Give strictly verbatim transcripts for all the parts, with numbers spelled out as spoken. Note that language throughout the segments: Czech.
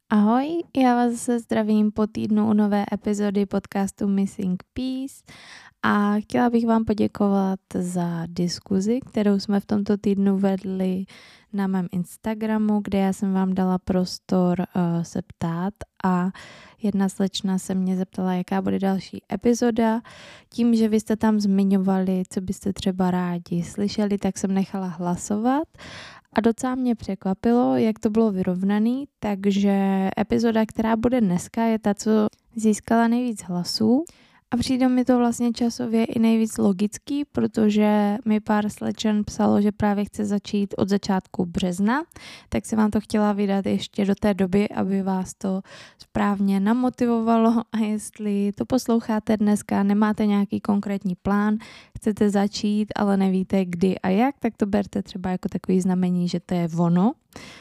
Ahoj, já vás zase zdravím po týdnu u nové epizody podcastu Missing Piece a chtěla bych vám poděkovat za diskuzi, kterou jsme v tomto týdnu vedli na mém Instagramu, kde já jsem vám dala prostor uh, se ptát a jedna slečna se mě zeptala, jaká bude další epizoda. Tím, že vy jste tam zmiňovali, co byste třeba rádi slyšeli, tak jsem nechala hlasovat. A docela mě překvapilo, jak to bylo vyrovnaný, takže epizoda, která bude dneska, je ta, co získala nejvíc hlasů. A přijde mi to vlastně časově i nejvíc logický, protože mi pár slečen psalo, že právě chce začít od začátku března, tak jsem vám to chtěla vydat ještě do té doby, aby vás to správně namotivovalo a jestli to posloucháte dneska, nemáte nějaký konkrétní plán, chcete začít, ale nevíte kdy a jak, tak to berte třeba jako takový znamení, že to je ono,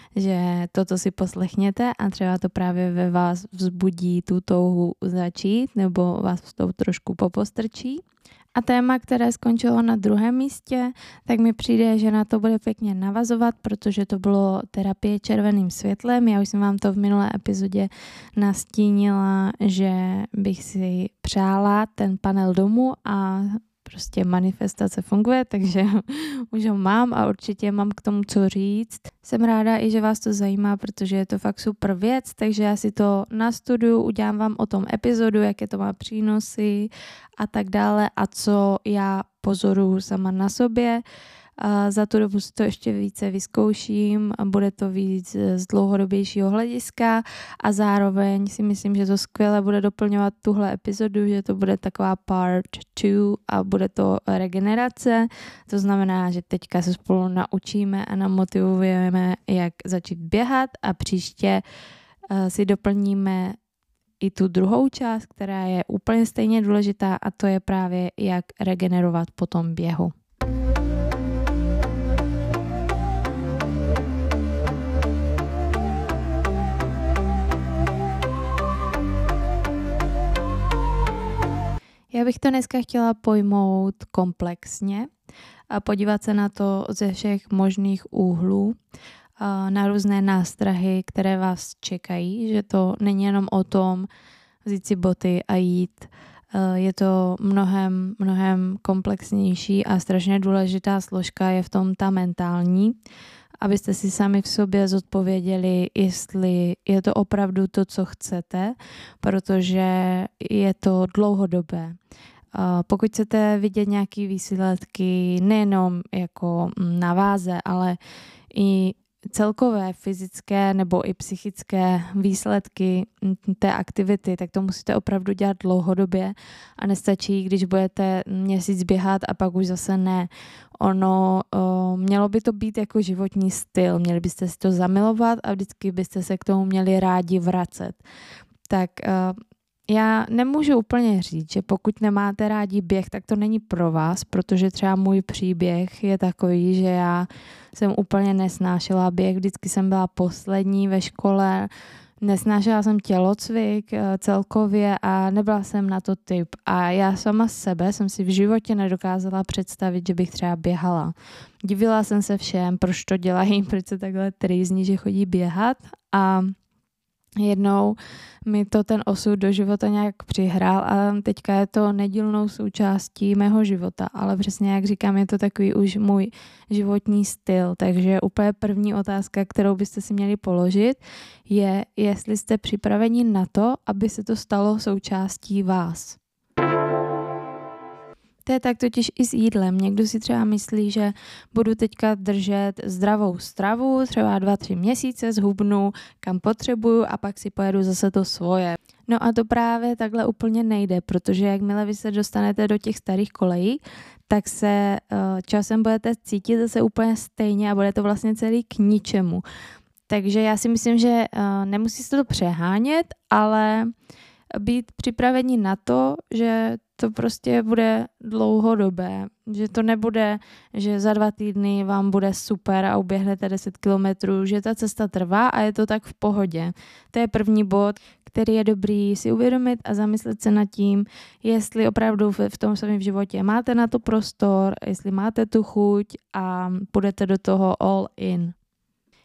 že toto si poslechněte a třeba to právě ve vás vzbudí tu touhu začít nebo vás v tom trošku popostrčí. A téma, které skončilo na druhém místě, tak mi přijde, že na to bude pěkně navazovat, protože to bylo terapie červeným světlem. Já už jsem vám to v minulé epizodě nastínila, že bych si přála ten panel domů a prostě manifestace funguje, takže už ho mám a určitě mám k tomu co říct. Jsem ráda i, že vás to zajímá, protože je to fakt super věc, takže já si to nastuduju, udělám vám o tom epizodu, jaké to má přínosy a tak dále a co já pozoruju sama na sobě. A za tu dobu si to ještě více vyzkouším a bude to víc z dlouhodobějšího hlediska a zároveň si myslím, že to skvěle bude doplňovat tuhle epizodu, že to bude taková part two a bude to regenerace. To znamená, že teďka se spolu naučíme a namotivujeme, jak začít běhat a příště uh, si doplníme i tu druhou část, která je úplně stejně důležitá a to je právě jak regenerovat po tom běhu. Já bych to dneska chtěla pojmout komplexně a podívat se na to ze všech možných úhlů, na různé nástrahy, které vás čekají, že to není jenom o tom vzít si boty a jít. Je to mnohem, mnohem komplexnější a strašně důležitá složka je v tom ta mentální, abyste si sami v sobě zodpověděli, jestli je to opravdu to, co chcete, protože je to dlouhodobé. Pokud chcete vidět nějaké výsledky nejenom jako na váze, ale i celkové fyzické nebo i psychické výsledky té aktivity, tak to musíte opravdu dělat dlouhodobě a nestačí, když budete měsíc běhat a pak už zase ne. Ono, o, mělo by to být jako životní styl, měli byste si to zamilovat a vždycky byste se k tomu měli rádi vracet. Tak o, já nemůžu úplně říct, že pokud nemáte rádi běh, tak to není pro vás, protože třeba můj příběh je takový, že já jsem úplně nesnášela běh, vždycky jsem byla poslední ve škole, nesnášela jsem tělocvik celkově a nebyla jsem na to typ. A já sama sebe jsem si v životě nedokázala představit, že bych třeba běhala. Divila jsem se všem, proč to dělají, proč se takhle trýzní, že chodí běhat a jednou mi to ten osud do života nějak přihrál a teďka je to nedílnou součástí mého života, ale přesně jak říkám, je to takový už můj životní styl, takže úplně první otázka, kterou byste si měli položit, je, jestli jste připraveni na to, aby se to stalo součástí vás. To je tak totiž i s jídlem. Někdo si třeba myslí, že budu teďka držet zdravou stravu, třeba dva, tři měsíce, zhubnu, kam potřebuju a pak si pojedu zase to svoje. No a to právě takhle úplně nejde, protože jakmile vy se dostanete do těch starých kolejí, tak se uh, časem budete cítit zase úplně stejně a bude to vlastně celý k ničemu. Takže já si myslím, že uh, nemusíte to přehánět, ale být připraveni na to, že to prostě bude dlouhodobé, že to nebude, že za dva týdny vám bude super a uběhnete deset kilometrů, že ta cesta trvá a je to tak v pohodě. To je první bod, který je dobrý si uvědomit a zamyslet se nad tím, jestli opravdu v tom svém životě máte na to prostor, jestli máte tu chuť a půjdete do toho all in.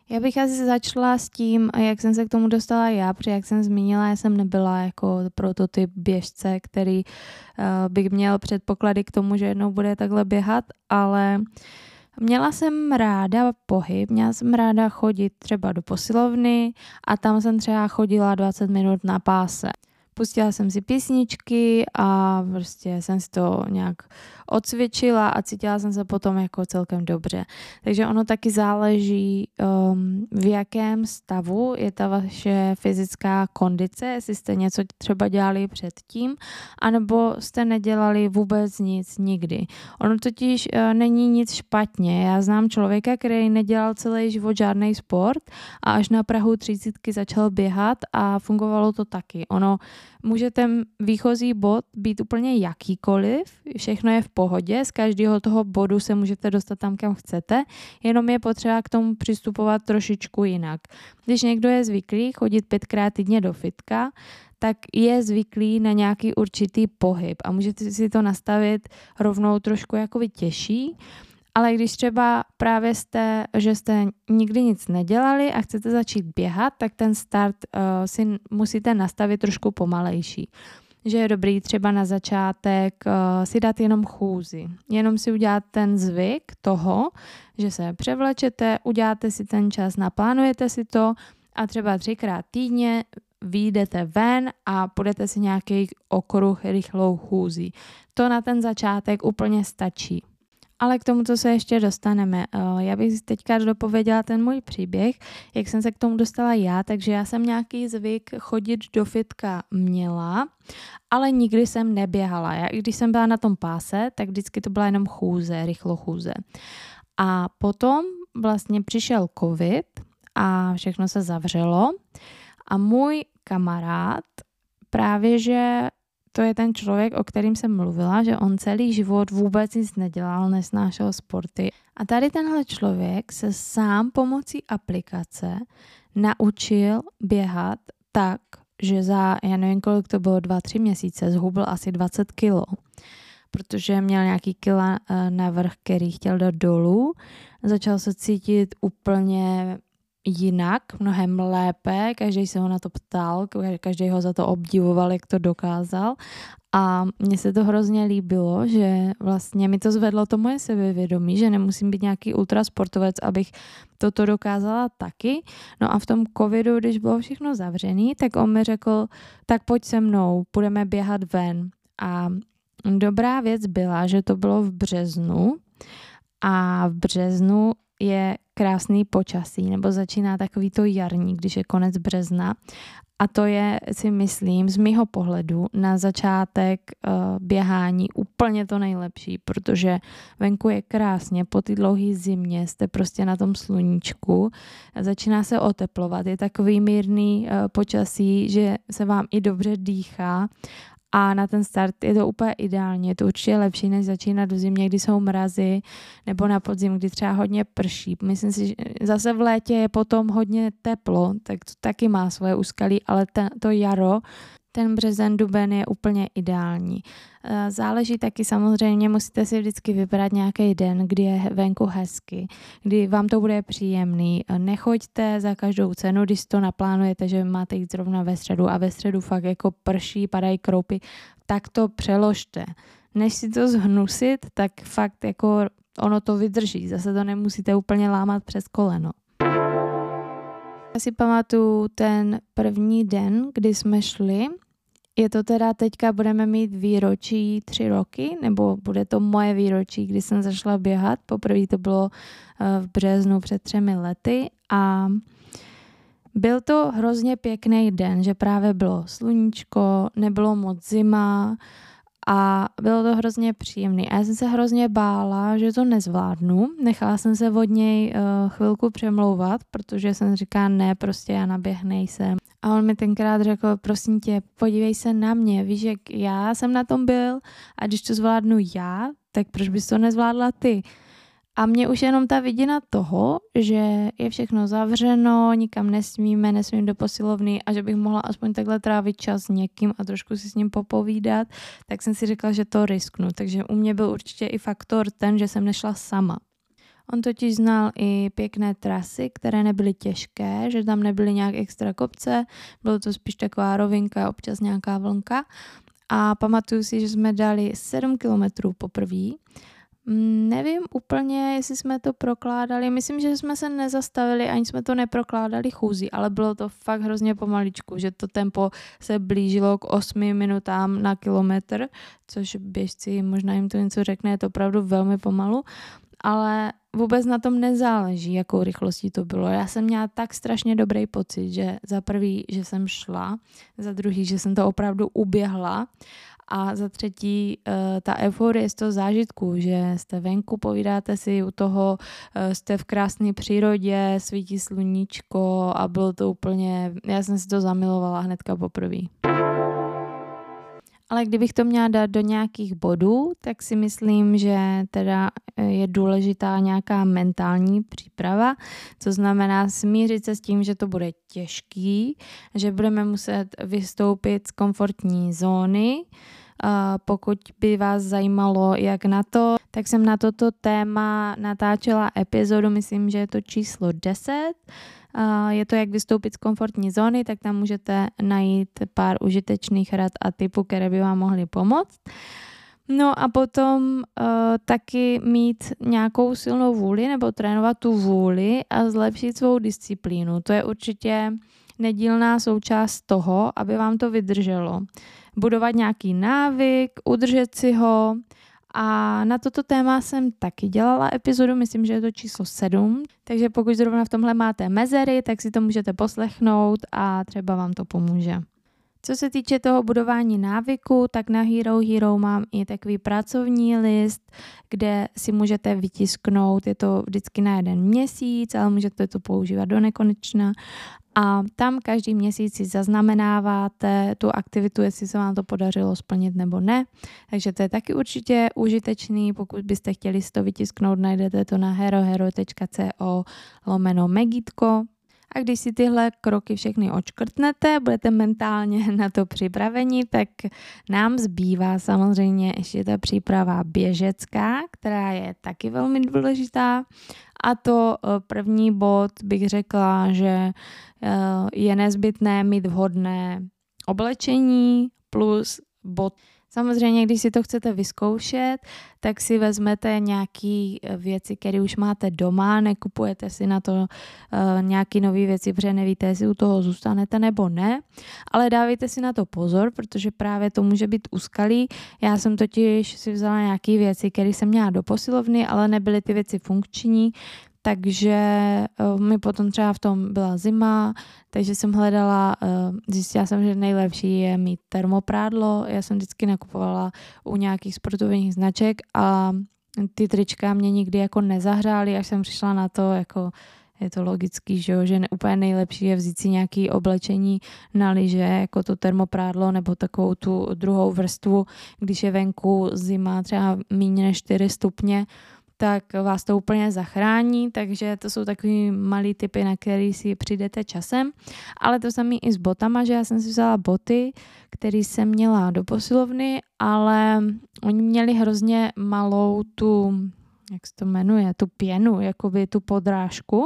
Já bych asi začala s tím, jak jsem se k tomu dostala já, protože jak jsem zmínila, já jsem nebyla jako prototyp běžce, který uh, bych měl předpoklady k tomu, že jednou bude takhle běhat, ale měla jsem ráda pohyb, měla jsem ráda chodit třeba do posilovny a tam jsem třeba chodila dvacet minut na páse. Pustila jsem si písničky a prostě jsem si to nějak odcvičila a cítila jsem se potom jako celkem dobře. Takže ono taky záleží, um, v jakém stavu je ta vaše fyzická kondice, jestli jste něco třeba dělali předtím, anebo jste nedělali vůbec nic nikdy. Ono totiž uh, není nic špatně. Já znám člověka, který nedělal celý život žádný sport a až na prahu třicítky začal běhat a fungovalo to taky. Ono může ten výchozí bod být úplně jakýkoliv, všechno je v pohodě, z každého toho bodu se můžete dostat tam, kam chcete, jenom je potřeba k tomu přistupovat trošičku jinak. Když někdo je zvyklý chodit pětkrát týdně do fitka, tak je zvyklý na nějaký určitý pohyb a můžete si to nastavit rovnou trošku jakoby těžší. Ale když třeba právě jste, že jste nikdy nic nedělali a chcete začít běhat, tak ten start uh, si musíte nastavit trošku pomalejší. Že je dobrý třeba na začátek uh, si dát jenom chůzi. Jenom si udělat ten zvyk toho, že se převlečete, uděláte si ten čas, naplánujete si to a třeba třikrát týdně vyjdete ven a půjdete si nějaký okruh rychlou chůzí. To na ten začátek úplně stačí. Ale k tomu, co se ještě dostaneme. Já bych teďka dopověděla ten můj příběh, jak jsem se k tomu dostala já, takže já jsem nějaký zvyk chodit do fitka měla, ale nikdy jsem neběhala. Já, i když jsem byla na tom páse, tak vždycky to byla jenom chůze, rychlochůze. A potom vlastně přišel covid a všechno se zavřelo a můj kamarád právě, že to je ten člověk, o kterým jsem mluvila, že on celý život vůbec nic nedělal, nesnášel sporty. A tady tenhle člověk se sám pomocí aplikace naučil běhat tak, že za, já nevím kolik to bylo, dva, tři měsíce zhubl asi dvacet kilo. Protože měl nějaký kila navrch, který chtěl dát dolů. Začal se cítit úplně jinak, mnohem lépe, každý se ho na to ptal, každý ho za to obdivoval, jak to dokázal a mně se to hrozně líbilo, že vlastně mi to zvedlo to moje sebevědomí, že nemusím být nějaký ultrasportovec, abych toto dokázala taky. No a v tom covidu, když bylo všechno zavřený, tak on mi řekl, tak pojď se mnou, půjdeme běhat ven. A dobrá věc byla, že to bylo v březnu a v březnu je krásný počasí, nebo začíná takový to jarní, když je konec března. A to je, si myslím, z mýho pohledu na začátek uh, běhání úplně to nejlepší, protože venku je krásně, po té dlouhé zimě jste prostě na tom sluníčku, začíná se oteplovat, je takový mírný uh, počasí, že se vám i dobře dýchá. A na ten start je to úplně ideální, je to určitě lepší, než začínat do zimě, kdy jsou mrazy, nebo na podzim, kdy třeba hodně prší. Myslím si, že zase v létě je potom hodně teplo, tak to taky má svoje úskalí, ale ten, to jaro, ten březen, duben je úplně ideální. Záleží taky samozřejmě, musíte si vždycky vybrat nějaký den, kdy je venku hezky, kdy vám to bude příjemný. Nechoďte za každou cenu, když to naplánujete, že máte jít zrovna ve středu a ve středu fakt jako prší, padají kroupy, tak to přeložte. Než si to zhnusit, tak fakt jako ono to vydrží. Zase to nemusíte úplně lámat přes koleno. Já si pamatuju ten první den, kdy jsme šli. Je to teda teďka budeme mít výročí tři roky, nebo bude to moje výročí, kdy jsem začala běhat. Poprvé to bylo v březnu před třemi lety a byl to hrozně pěkný den, že právě bylo sluníčko, nebylo moc zima a bylo to hrozně příjemný. A já jsem se hrozně bála, že to nezvládnu. Nechala jsem se od něj uh, chvilku přemlouvat, protože jsem říkala, ne, prostě já naběh nejsem. A on mi tenkrát řekl, prosím tě, podívej se na mě, víš, jak já jsem na tom byl a když to zvládnu já, tak proč bys to nezvládla ty? A mě už jenom ta vidina toho, že je všechno zavřeno, nikam nesmíme, nesmím do posilovny a že bych mohla aspoň takhle trávit čas s někým a trošku si s ním popovídat, tak jsem si řekla, že to risknu. Takže u mě byl určitě i faktor ten, že jsem nešla sama. On totiž znal i pěkné trasy, které nebyly těžké, že tam nebyly nějak extra kopce, bylo to spíš taková rovinka, občas nějaká vlnka. A pamatuju si, že jsme dali sedm kilometrů poprvé. Nevím úplně, jestli jsme to prokládali. Myslím, že jsme se nezastavili, ani jsme to neprokládali chůzí, ale bylo to fakt hrozně pomaličku, že to tempo se blížilo k osmi minutám na kilometr, což běžci, možná jim to něco řekne, je to opravdu velmi pomalu, ale vůbec na tom nezáleží, jakou rychlostí to bylo. Já jsem měla tak strašně dobrý pocit, že za prvý, že jsem šla, za druhý, že jsem to opravdu uběhla, a za třetí ta euforie z toho zážitku, že jste venku, povídáte si u toho, jste v krásné přírodě, svítí sluníčko a bylo to úplně, já jsem si to zamilovala hnedka poprvé. Ale kdybych to měla dát do nějakých bodů, tak si myslím, že teda je důležitá nějaká mentální příprava, co znamená smířit se s tím, že to bude těžký, že budeme muset vystoupit z komfortní zóny. Pokud by vás zajímalo, jak na to, tak jsem na toto téma natáčela epizodu, myslím, že je to číslo deset. Je to, jak vystoupit z komfortní zóny, tak tam můžete najít pár užitečných rad a tipů, které by vám mohly pomoct. No a potom uh, taky mít nějakou silnou vůli nebo trénovat tu vůli a zlepšit svou disciplínu. To je určitě nedílná součást toho, aby vám to vydrželo. Budovat nějaký návyk, udržet si ho. A na toto téma jsem taky dělala epizodu, myslím, že je to číslo sedm, takže pokud zrovna v tomhle máte mezery, tak si to můžete poslechnout a třeba vám to pomůže. Co se týče toho budování návyku, tak na Hero Hero mám i takový pracovní list, kde si můžete vytisknout, je to vždycky na jeden měsíc, ale můžete to používat do nekonečna. A tam každý měsíc si zaznamenáváte tu aktivitu, jestli se vám to podařilo splnit nebo ne. Takže to je taky určitě užitečný, pokud byste chtěli si to vytisknout, najdete to na herohero tečka co lomeno megitko. A když si tyhle kroky všechny odškrtnete, budete mentálně na to připraveni, tak nám zbývá samozřejmě ještě ta příprava běžecká, která je taky velmi důležitá. A to první bod bych řekla, že je nezbytné mít vhodné oblečení plus bod. Samozřejmě, když si to chcete vyzkoušet, tak si vezmete nějaké věci, které už máte doma, nekupujete si na to uh, nějaké nové věci, protože nevíte, jestli u toho zůstanete nebo ne, ale dávejte si na to pozor, protože právě to může být úskalý. Já jsem totiž si vzala nějaké věci, které jsem měla do posilovny, ale nebyly ty věci funkční, takže uh, mi potom třeba v tom byla zima, takže jsem hledala, uh, zjistila jsem, že nejlepší je mít termoprádlo. Já jsem vždycky nakupovala u nějakých sportovních značek a ty trička mě nikdy jako nezahřály, až jsem přišla na to, jako je to logický, že, že úplně nejlepší je vzít si nějaké oblečení na lyže, jako to termoprádlo nebo takovou tu druhou vrstvu, když je venku zima třeba méně než čtyři stupně, tak vás to úplně zachrání, takže to jsou takový malý tipy, na který si přijdete časem, ale to samé i s botama, že já jsem si vzala boty, které jsem měla do posilovny, ale oni měli hrozně malou tu, jak se to jmenuje, tu pěnu, jakoby tu podrážku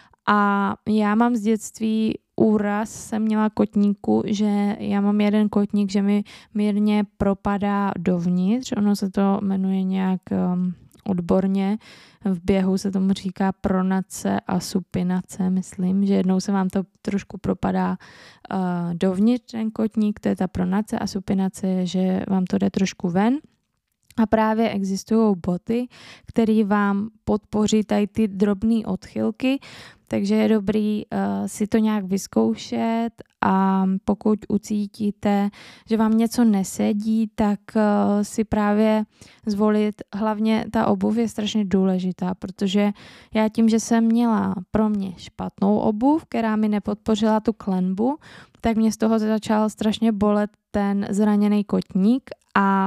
a já mám z dětství úraz, jsem měla kotníku, že já mám jeden kotník, že mi mírně propadá dovnitř, ono se to jmenuje nějak um, odborně, v běhu se tomu říká pronace a supinace, myslím, že jednou se vám to trošku propadá uh, dovnitř ten kotník, to je ta pronace a supinace je, že vám to jde trošku ven. A právě existují boty, které vám podpoří tady ty drobné odchylky, takže je dobrý uh, si to nějak vyzkoušet a pokud ucítíte, že vám něco nesedí, tak uh, si právě zvolit, hlavně ta obuv je strašně důležitá, protože já tím, že jsem měla pro mě špatnou obuv, která mi nepodpořila tu klenbu, tak mě z toho začal strašně bolet ten zraněný kotník a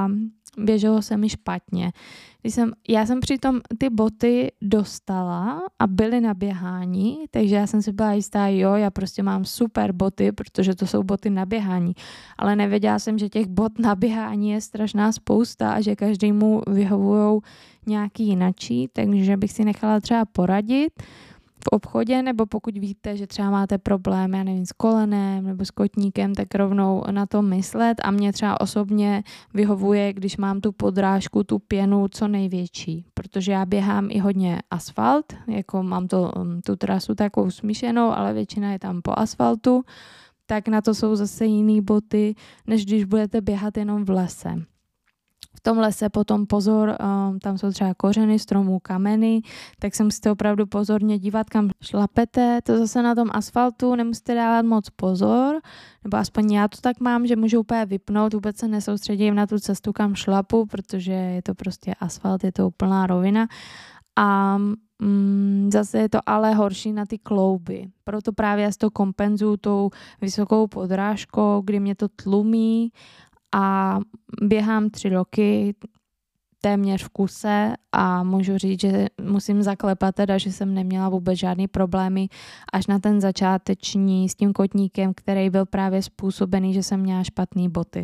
běželo se mi špatně. Když jsem, já jsem přitom ty boty dostala a byly na běhání, takže já jsem si byla jistá, jo, já prostě mám super boty, protože to jsou boty na běhání. Ale nevěděla jsem, že těch bot na běhání je strašná spousta a že každému vyhovujou nějaký jinačí, takže bych si nechala třeba poradit v obchodě, nebo pokud víte, že třeba máte problém, já nevím, s kolenem nebo s kotníkem, tak rovnou na to myslet a mě třeba osobně vyhovuje, když mám tu podrážku, tu pěnu co největší, protože já běhám i hodně asfalt, jako mám to, tu trasu takovou smíšenou, ale většina je tam po asfaltu, tak na to jsou zase jiný boty, než když budete běhat jenom v lese. V tom lese potom pozor, um, tam jsou třeba kořeny stromů, kameny, tak se musíte opravdu pozorně dívat, kam šlapete. To zase na tom asfaltu nemusíte dávat moc pozor, nebo aspoň já to tak mám, že můžu úplně vypnout, vůbec se nesoustředím na tu cestu, kam šlapu, protože je to prostě asfalt, je to úplná rovina. A mm, zase je to ale horší na ty klouby. Proto právě já si to kompenzuju tou vysokou podrážkou, kdy mě to tlumí, a běhám tři roky téměř v kuse a můžu říct, že musím zaklepat teda, že jsem neměla vůbec žádný problémy až na ten začáteční s tím kotníkem, který byl právě způsobený, že jsem měla špatný boty.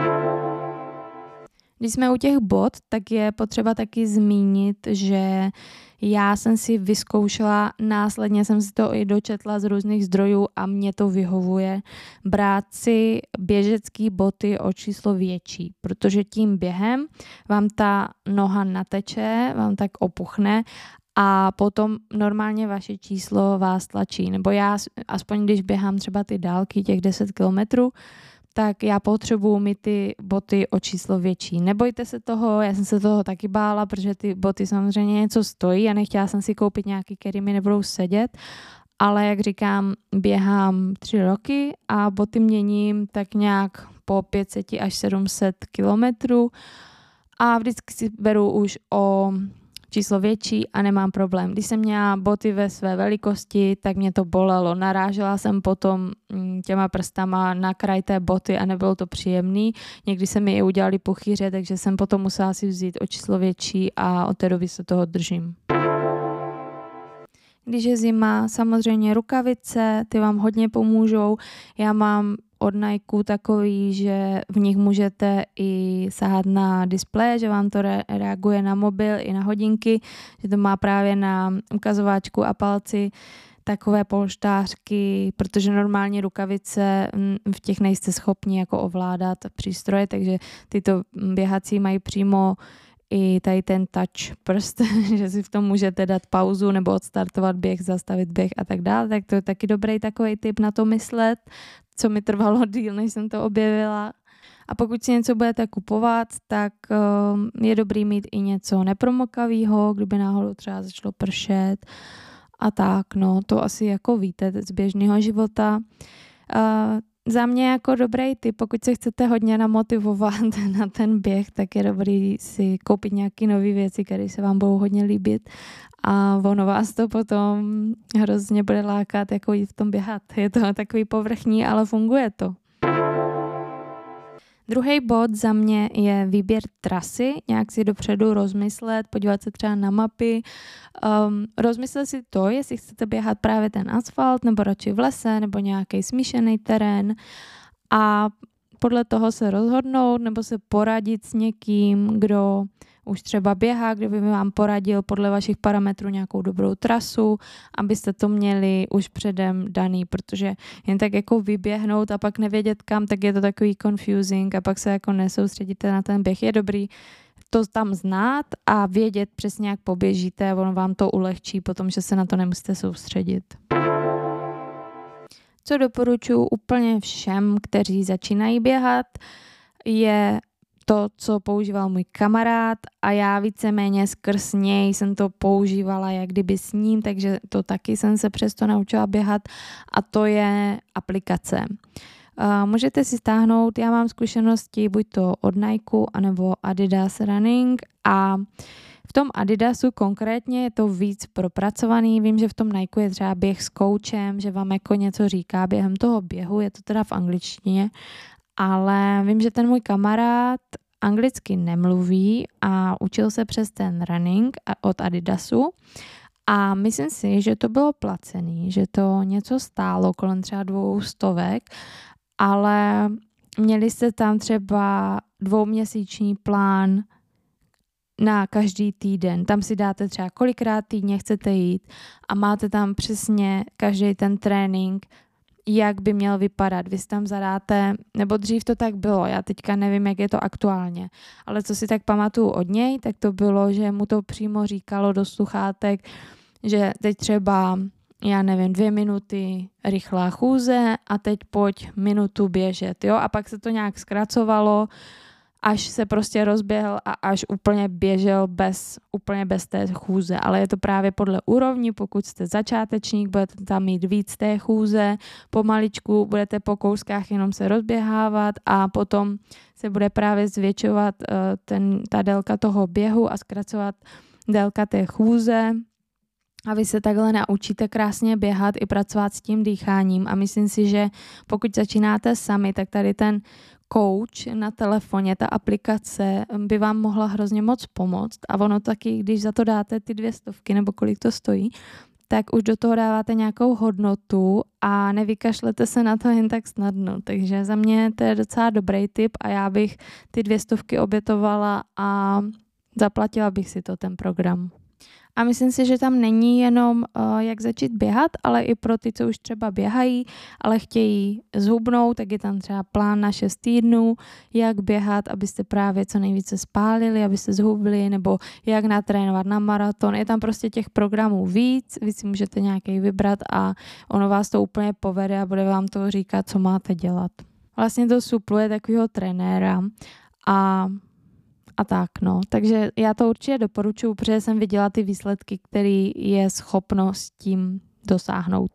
Když jsme u těch bot, tak je potřeba taky zmínit, že já jsem si vyzkoušela, následně jsem si to i dočetla z různých zdrojů a mě to vyhovuje, brát si běžecký boty o číslo větší, protože tím během vám ta noha nateče, vám tak opuchne a potom normálně vaše číslo vás tlačí. Nebo já, aspoň když běhám třeba ty dálky, těch deset kilometrů, tak já potřebuju mít ty boty o číslo větší. Nebojte se toho, já jsem se toho taky bála, protože ty boty samozřejmě něco stojí a nechtěla jsem si koupit nějaký, který mi nebudou sedět, ale jak říkám, běhám tři roky a boty měním tak nějak po pět set až sedm set kilometrů a vždycky si beru už o číslo větší a nemám problém. Když jsem měla boty ve své velikosti, tak mě to bolelo. Narážela jsem potom těma prstama na kraj té boty a nebylo to příjemný. Někdy se mi i udělali puchýře, takže jsem potom musela si vzít o číslo větší a od té doby se toho držím. Když je zima, samozřejmě rukavice, ty vám hodně pomůžou. Já mám od Nike takový, že v nich můžete i sahat na displeje, že vám to re- reaguje na mobil i na hodinky, že to má právě na ukazováčku a palci takové polštářky, protože normálně rukavice v těch nejste schopni jako ovládat přístroje, takže tyto běhací mají přímo i tady ten touch prst, že si v tom můžete dát pauzu nebo odstartovat běh, zastavit běh a tak dále, tak to je taky dobrý takový tip na to myslet, co mi trvalo díl, než jsem to objevila. A pokud si něco budete kupovat, tak um, je dobrý mít i něco nepromokavého, kdyby náhodou třeba začalo pršet a tak, no, to asi jako víte z běžného života. Uh, Za mě jako dobrý tip, pokud se chcete hodně namotivovat na ten běh, tak je dobrý si koupit nějaké nové věci, které se vám budou hodně líbit a ono vás to potom hrozně bude lákat, jako jít v tom běhat. Je to takový povrchní, ale funguje to. Druhý bod za mě je výběr trasy, nějak si dopředu rozmyslet, podívat se třeba na mapy, um, rozmyslet si to, jestli chcete běhat právě ten asfalt, nebo radši v lese, nebo nějaký smíšený terén a podle toho se rozhodnout, nebo se poradit s někým, kdo už třeba běhá, kdo by vám poradil podle vašich parametrů nějakou dobrou trasu, abyste to měli už předem daný, protože jen tak jako vyběhnout a pak nevědět kam, tak je to takový confusing a pak se jako nesoustředíte na ten běh. Je dobrý to tam znát a vědět přesně, jak poběžíte a ono vám to ulehčí potom, že se na to nemusíte soustředit. Co doporučuji úplně všem, kteří začínají běhat, je to, co používal můj kamarád a já víceméně skrz něj jsem to používala jak kdyby s ním, takže to taky jsem se přesto naučila běhat a to je aplikace. Uh, můžete si stáhnout, já mám zkušenosti buď to od Nike anebo Adidas Running a v tom Adidasu konkrétně je to víc propracovaný, vím, že v tom Nike je třeba běh s koučem, že vám jako něco říká během toho běhu, je to teda v angličtině, ale vím, že ten můj kamarád anglicky nemluví a učil se přes ten running od Adidasu. A myslím si, že to bylo placený, že to něco stálo kolem třeba dvou stovek, ale měli jste tam třeba dvouměsíční plán na každý týden. Tam si dáte třeba kolikrát týdně chcete jít a máte tam přesně každý ten trénink, jak by měl vypadat. Vy si tam zadáte, nebo dřív to tak bylo, já teďka nevím, jak je to aktuálně, ale co si tak pamatuju od něj, tak to bylo, že mu to přímo říkalo do sluchátek, že teď třeba, já nevím, dvě minuty rychlá chůze a teď pojď minutu běžet, jo, a pak se to nějak zkracovalo, až se prostě rozběhl a až úplně běžel bez, úplně bez té chůze. Ale je to právě podle úrovni, pokud jste začátečník, budete tam mít víc té chůze, pomaličku budete po kouskách jenom se rozběhávat a potom se bude právě zvětšovat uh, ten, ta délka toho běhu a zkracovat délka té chůze. A vy se takhle naučíte krásně běhat i pracovat s tím dýcháním. A myslím si, že pokud začínáte sami, tak tady ten coach na telefoně, ta aplikace by vám mohla hrozně moc pomoct. A ono taky, když za to dáte ty dvě stovky nebo kolik to stojí, tak už do toho dáváte nějakou hodnotu a nevykašlete se na to jen tak snadno. Takže za mě to je docela dobrý tip a já bych ty dvě stovky obětovala a zaplatila bych si to ten program. A myslím si, že tam není jenom uh, jak začít běhat, ale i pro ty, co už třeba běhají, ale chtějí zhubnout, tak je tam třeba plán na šest týdnů, jak běhat, abyste právě co nejvíce spálili, abyste zhubli, nebo jak natrénovat na maraton. Je tam prostě těch programů víc, vy si můžete nějaký vybrat a ono vás to úplně povede a bude vám to říkat, co máte dělat. Vlastně to supluje takového trenéra a A tak, no. Takže já to určitě doporučuji, protože jsem viděla ty výsledky, které je schopno s tím dosáhnout.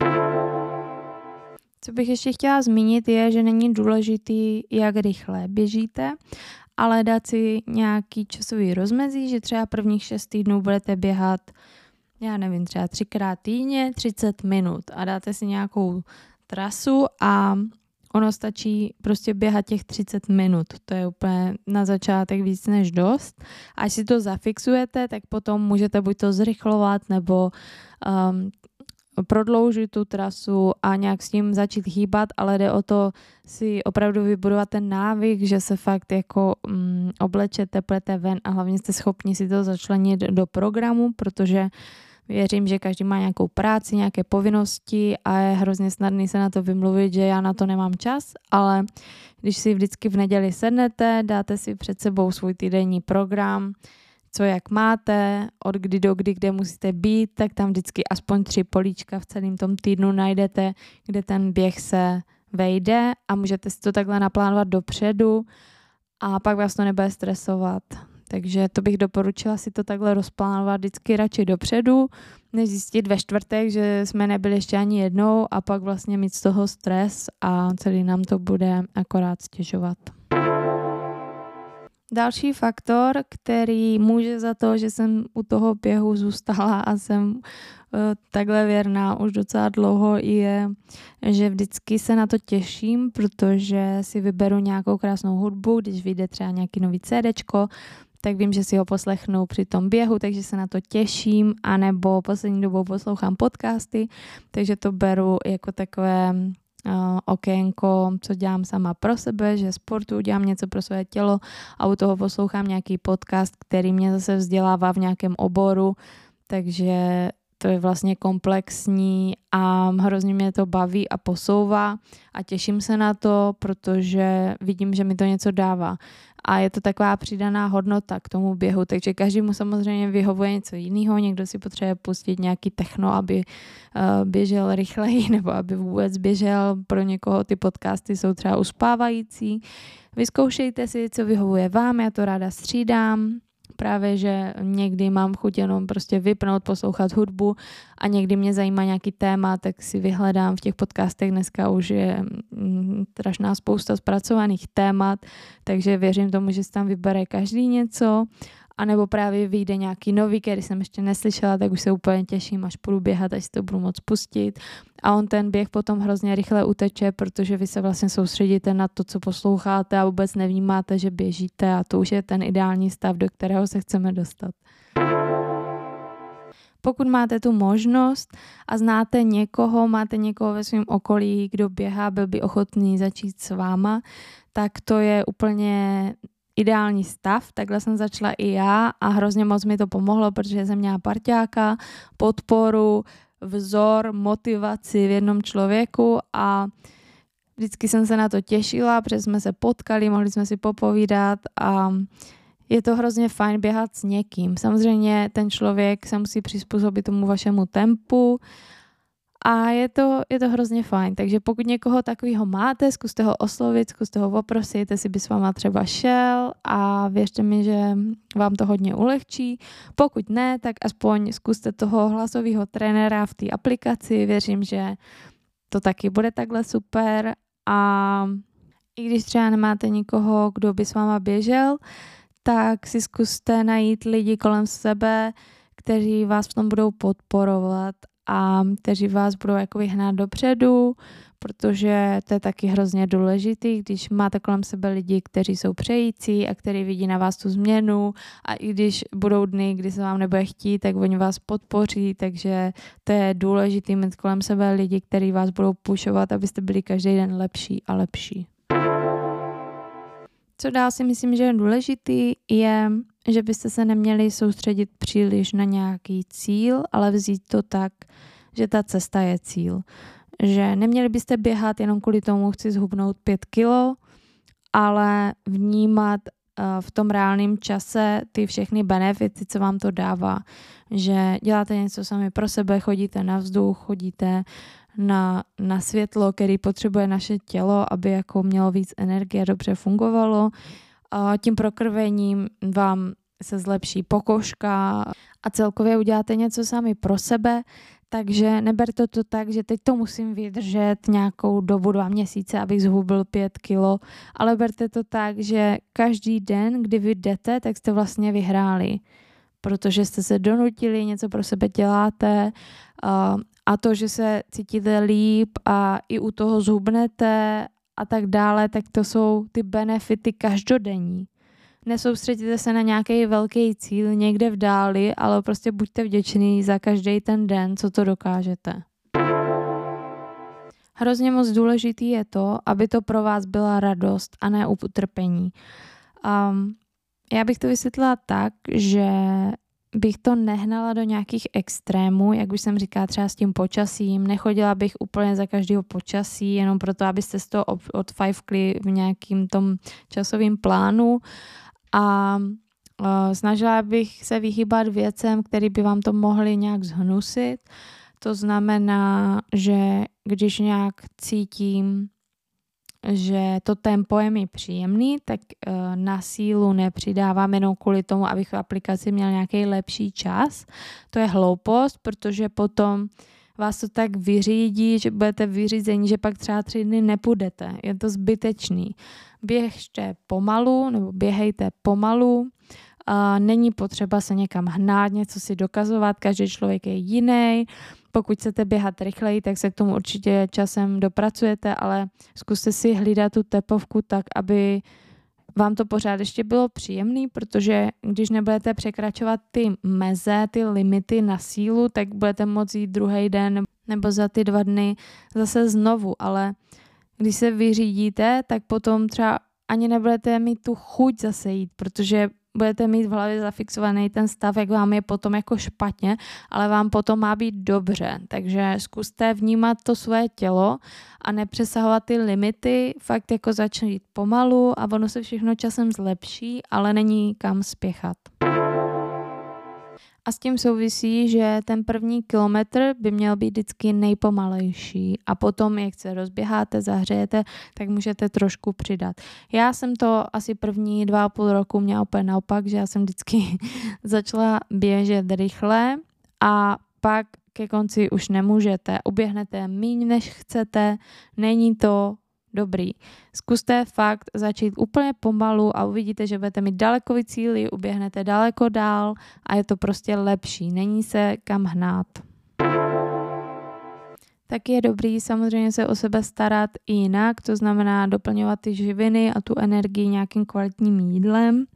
Co bych ještě chtěla zmínit je, že není důležitý, jak rychle běžíte, ale dát si nějaký časový rozmezí, že třeba prvních šest týdnů budete běhat, já nevím, třeba třikrát týdně, třicet minut a dáte si nějakou trasu a ono stačí prostě běhat těch třicet minut. To je úplně na začátek víc než dost. Až si to zafixujete, tak potom můžete buď to zrychlovat nebo um, prodloužit tu trasu a nějak s tím začít hýbat, ale jde o to si opravdu vybudovat ten návyk, že se fakt jako um, oblečete, plete ven a hlavně jste schopni si to začlenit do programu, protože věřím, že každý má nějakou práci, nějaké povinnosti a je hrozně snadný se na to vymluvit, že já na to nemám čas, ale když si vždycky v neděli sednete, dáte si před sebou svůj týdenní program, co jak máte, od kdy do kdy, kde musíte být, tak tam vždycky aspoň tři políčka v celém tom týdnu najdete, kde ten běh se vejde a můžete si to takhle naplánovat dopředu a pak vás to nebude stresovat. Takže to bych doporučila si to takhle rozplánovat vždycky radši dopředu, než zjistit ve čtvrtek, že jsme nebyli ještě ani jednou a pak vlastně mít z toho stres a celý nám to bude akorát stěžovat. Další faktor, který může za to, že jsem u toho běhu zůstala a jsem uh, takhle věrná už docela dlouho, je, že vždycky se na to těším, protože si vyberu nějakou krásnou hudbu, když vyjde třeba nějaký nový CDčko, tak vím, že si ho poslechnu při tom běhu, takže se na to těším, anebo poslední dobou poslouchám podcasty, takže to beru jako takové uh, okénko, co dělám sama pro sebe, že sportu dělám něco pro své tělo a u toho poslouchám nějaký podcast, který mě zase vzdělává v nějakém oboru, takže to je vlastně komplexní a hrozně mě to baví a posouvá a těším se na to, protože vidím, že mi to něco dává. A je to taková přidaná hodnota k tomu běhu, takže každému samozřejmě vyhovuje něco jiného, někdo si potřebuje pustit nějaký techno, aby uh, běžel rychleji nebo aby vůbec běžel, pro někoho ty podcasty jsou třeba uspávající. Vyzkoušejte si, co vyhovuje vám, já to ráda střídám. Právě, že někdy mám chuť jenom prostě vypnout, poslouchat hudbu a někdy mě zajímá nějaký téma, tak si vyhledám v těch podcastech. Dneska už je strašná spousta zpracovaných témat, takže věřím tomu, že si tam vybere každý něco A nebo právě vyjde nějaký nový, který jsem ještě neslyšela, tak už se úplně těším, až půjdu běhat, až si to budu moc pustit. A on ten běh potom hrozně rychle uteče, protože vy se vlastně soustředíte na to, co posloucháte a vůbec nevnímáte, že běžíte a to už je ten ideální stav, do kterého se chceme dostat. Pokud máte tu možnost a znáte někoho, máte někoho ve svém okolí, kdo běhá, byl by ochotný začít s váma, tak to je úplně ideální stav. Takhle jsem začala i já a hrozně moc mi to pomohlo, protože jsem měla parťáka, podporu, vzor, motivaci v jednom člověku a vždycky jsem se na to těšila, protože jsme se potkali, mohli jsme si popovídat a je to hrozně fajn běhat s někým. Samozřejmě ten člověk se musí přizpůsobit tomu vašemu tempu a je to, je to hrozně fajn. Takže pokud někoho takového máte, zkuste ho oslovit, zkuste ho poprosit, jestli by s váma třeba šel a věřte mi, že vám to hodně ulehčí. Pokud ne, tak aspoň zkuste toho hlasového trenéra v té aplikaci. Věřím, že to taky bude takhle super a i když třeba nemáte nikoho, kdo by s váma běžel, tak si zkuste najít lidi kolem sebe, kteří vás v tom budou podporovat a kteří vás budou jako hnát dopředu, protože to je taky hrozně důležitý, když máte kolem sebe lidi, kteří jsou přející a kteří vidí na vás tu změnu a i když budou dny, kdy se vám nebude chtít, tak oni vás podpoří, takže to je důležitý mít kolem sebe lidi, kteří vás budou pušovat, abyste byli každý den lepší a lepší. Co dál si myslím, že je důležitý, je, že byste se neměli soustředit příliš na nějaký cíl, ale vzít to tak, že ta cesta je cíl. Že neměli byste běhat jenom kvůli tomu, chci zhubnout pět kilo, ale vnímat uh, v tom reálném čase ty všechny benefity, co vám to dává. Že děláte něco sami pro sebe, chodíte na vzduch, chodíte na, na světlo, který potřebuje naše tělo, aby jako mělo víc energie a dobře fungovalo. A tím prokrvením vám se zlepší pokožka a celkově uděláte něco sami pro sebe, takže neberte to tak, že teď to musím vydržet nějakou dobu, dva měsíce, abych zhubil pět kilo, ale berte to tak, že každý den, kdy vy jdete, tak jste vlastně vyhráli, protože jste se donutili, něco pro sebe děláte a, a to, že se cítíte líp a i u toho zhubnete a tak dále, tak to jsou ty benefity každodenní. Nesoustředíte se na nějaký velký cíl někde v dáli, ale prostě buďte vděční za každý ten den, co to dokážete. Hrozně moc důležitý je to, aby to pro vás byla radost a ne utrpení. Um, já bych to vysvětlila tak, že bych to nehnala do nějakých extrémů, jak už jsem říkala, třeba s tím počasím. Nechodila bych úplně za každého počasí, jenom proto, abyste z toho odfajfkli v nějakým tom časovém plánu. A uh, snažila bych se vyhýbat věcem, které by vám to mohly nějak zhnusit. To znamená, že když nějak cítím, že to tempo je mi příjemný, tak uh, na sílu nepřidávám jenom kvůli tomu, abych v aplikaci měl nějaký lepší čas. To je hloupost, protože potom vás to tak vyřídí, že budete vyřízení, že pak třeba tři dny nepůjdete. Je to zbytečný. Běžte pomalu, nebo běhejte pomalu. A není potřeba se někam hnát, něco si dokazovat, každý člověk je jiný. Pokud chcete běhat rychleji, tak se k tomu určitě časem dopracujete, ale zkuste si hlídat tu tepovku tak, aby vám to pořád ještě bylo příjemný, protože když nebudete překračovat ty meze, ty limity na sílu, tak budete moct jít druhý den nebo za ty dva dny zase znovu, ale když se vyřídíte, tak potom třeba ani nebudete mít tu chuť zase jít, protože budete mít v hlavě zafixovaný ten stav, jak vám je potom jako špatně, ale vám potom má být dobře. Takže zkuste vnímat to svoje tělo a nepřesahovat ty limity, fakt jako začít pomalu a ono se všechno časem zlepší, ale není kam spěchat. A s tím souvisí, že ten první kilometr by měl být vždycky nejpomalejší a potom, jak se rozběháte, zahřejete, tak můžete trošku přidat. Já jsem to asi první dva a půl roku měla úplně naopak, že já jsem vždycky začala běžet rychle a pak ke konci už nemůžete. Uběhnete míň, než chcete, není to dobrý. Zkuste fakt začít úplně pomalu a uvidíte, že budete mít daleko víc cíly, uběhnete daleko dál a je to prostě lepší. Není se kam hnát. Tak je dobrý samozřejmě se o sebe starat i jinak, to znamená doplňovat ty živiny a tu energii nějakým kvalitním jídlem.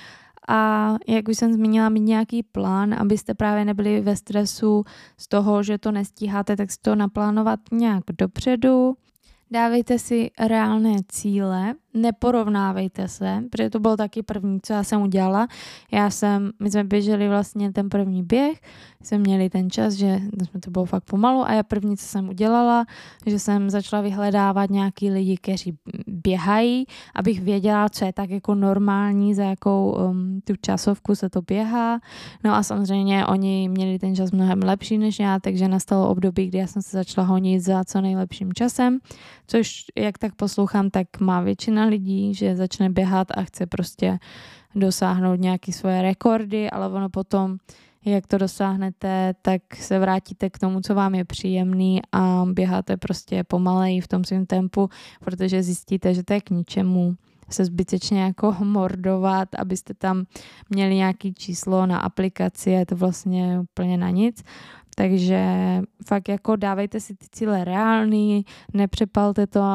A jak už jsem zmínila, mít nějaký plán, abyste právě nebyli ve stresu z toho, že to nestíháte, tak si to naplánovat nějak dopředu. Dávejte si reálné cíle, neporovnávejte se, protože to bylo taky první, co já jsem udělala. Já jsem, my jsme běželi vlastně ten první běh, jsme měli ten čas, že jsme to bylo fakt pomalu a já první, co jsem udělala, že jsem začala vyhledávat nějaký lidi, kteří běhají, abych věděla, co je tak jako normální, za jakou um, tu časovku se to běhá. No a samozřejmě oni měli ten čas mnohem lepší než já, takže nastalo období, kdy já jsem se začala honit za co nejlepším časem, což jak tak poslouchám, tak má většina lidí, že začne běhat a chce prostě dosáhnout nějaké svoje rekordy, ale ono potom, jak to dosáhnete, tak se vrátíte k tomu, co vám je příjemný a běháte prostě pomaleji v tom svém tempu, protože zjistíte, že to je k ničemu se zbytečně jako mordovat, abyste tam měli nějaké číslo na aplikaci, je to vlastně úplně na nic. Takže fakt jako dávejte si ty cíle reální, nepřepalte to,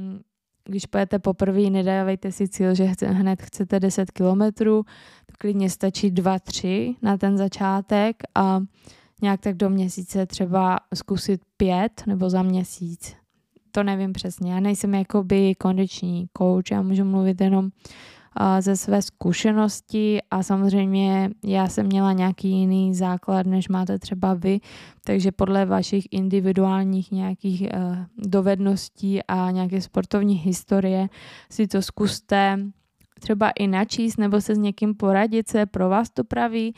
když pojete poprvé, nedávejte si cíl, že hned chcete deset kilometrů, to klidně stačí dva, tři na ten začátek a nějak tak do měsíce třeba zkusit pět nebo za měsíc. To nevím přesně, já nejsem jakoby kondiční coach, já můžu mluvit jenom ze své zkušenosti a samozřejmě já jsem měla nějaký jiný základ, než máte třeba vy, takže podle vašich individuálních nějakých uh, dovedností a nějaké sportovní historie si to zkuste třeba i načíst nebo se s někým poradit, co je pro vás to pravý,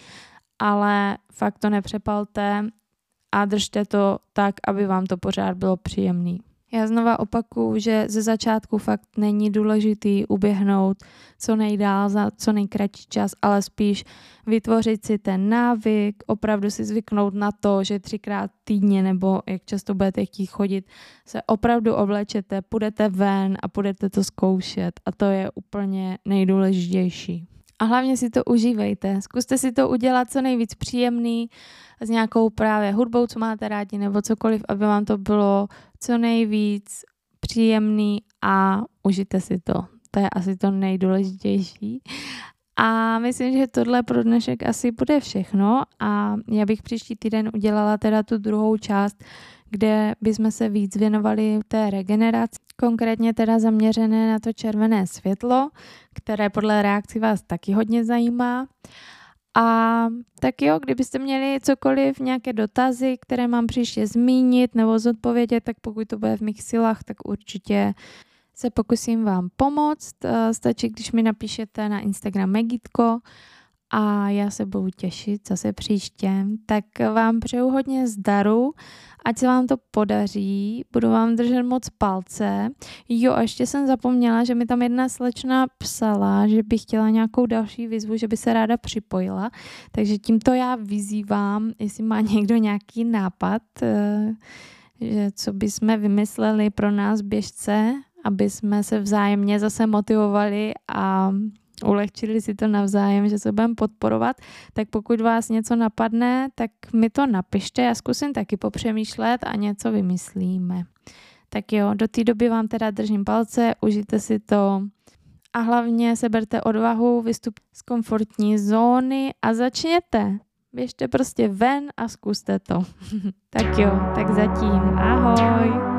ale fakt to nepřepalte a držte to tak, aby vám to pořád bylo příjemný. Já znova opakuju, že ze začátku fakt není důležitý uběhnout co nejdál za co nejkratší čas, ale spíš vytvořit si ten návyk, opravdu si zvyknout na to, že třikrát týdně nebo jak často budete chtít chodit, se opravdu oblečete, půjdete ven a půjdete to zkoušet a to je úplně nejdůležitější. A hlavně si to užívejte. Zkuste si to udělat co nejvíc příjemný s nějakou právě hudbou, co máte rádi, nebo cokoliv, aby vám to bylo co nejvíc příjemný a užijte si to. To je asi to nejdůležitější. A myslím, že tohle pro dnešek asi bude všechno a já bych příští týden udělala teda tu druhou část, kde bychom se víc věnovali té regeneraci, konkrétně teda zaměřené na to červené světlo, které podle reakcí vás taky hodně zajímá. A tak jo, kdybyste měli cokoliv, nějaké dotazy, které mám příště zmínit nebo zodpovědět, tak pokud to bude v mých silách, tak určitě se pokusím vám pomoct. Stačí, když mi napíšete na Instagram Megitko a já se budu těšit zase příště. Tak vám přeju hodně zdaru, ať se vám to podaří, budu vám držet moc palce. Jo, a ještě jsem zapomněla, že mi tam jedna slečna psala, že by chtěla nějakou další výzvu, že by se ráda připojila, takže tímto já vyzývám, jestli má někdo nějaký nápad, že co bychom vymysleli pro nás běžce, aby jsme se vzájemně zase motivovali a ulehčili si to navzájem, že se budeme podporovat, tak pokud vás něco napadne, tak mi to napište, já zkusím taky popřemýšlet a něco vymyslíme. Tak jo, do té doby vám teda držím palce, užijte si to a hlavně seberte odvahu, vystupte z komfortní zóny a začněte. Běžte prostě ven a zkuste to. Tak jo, tak zatím. Ahoj!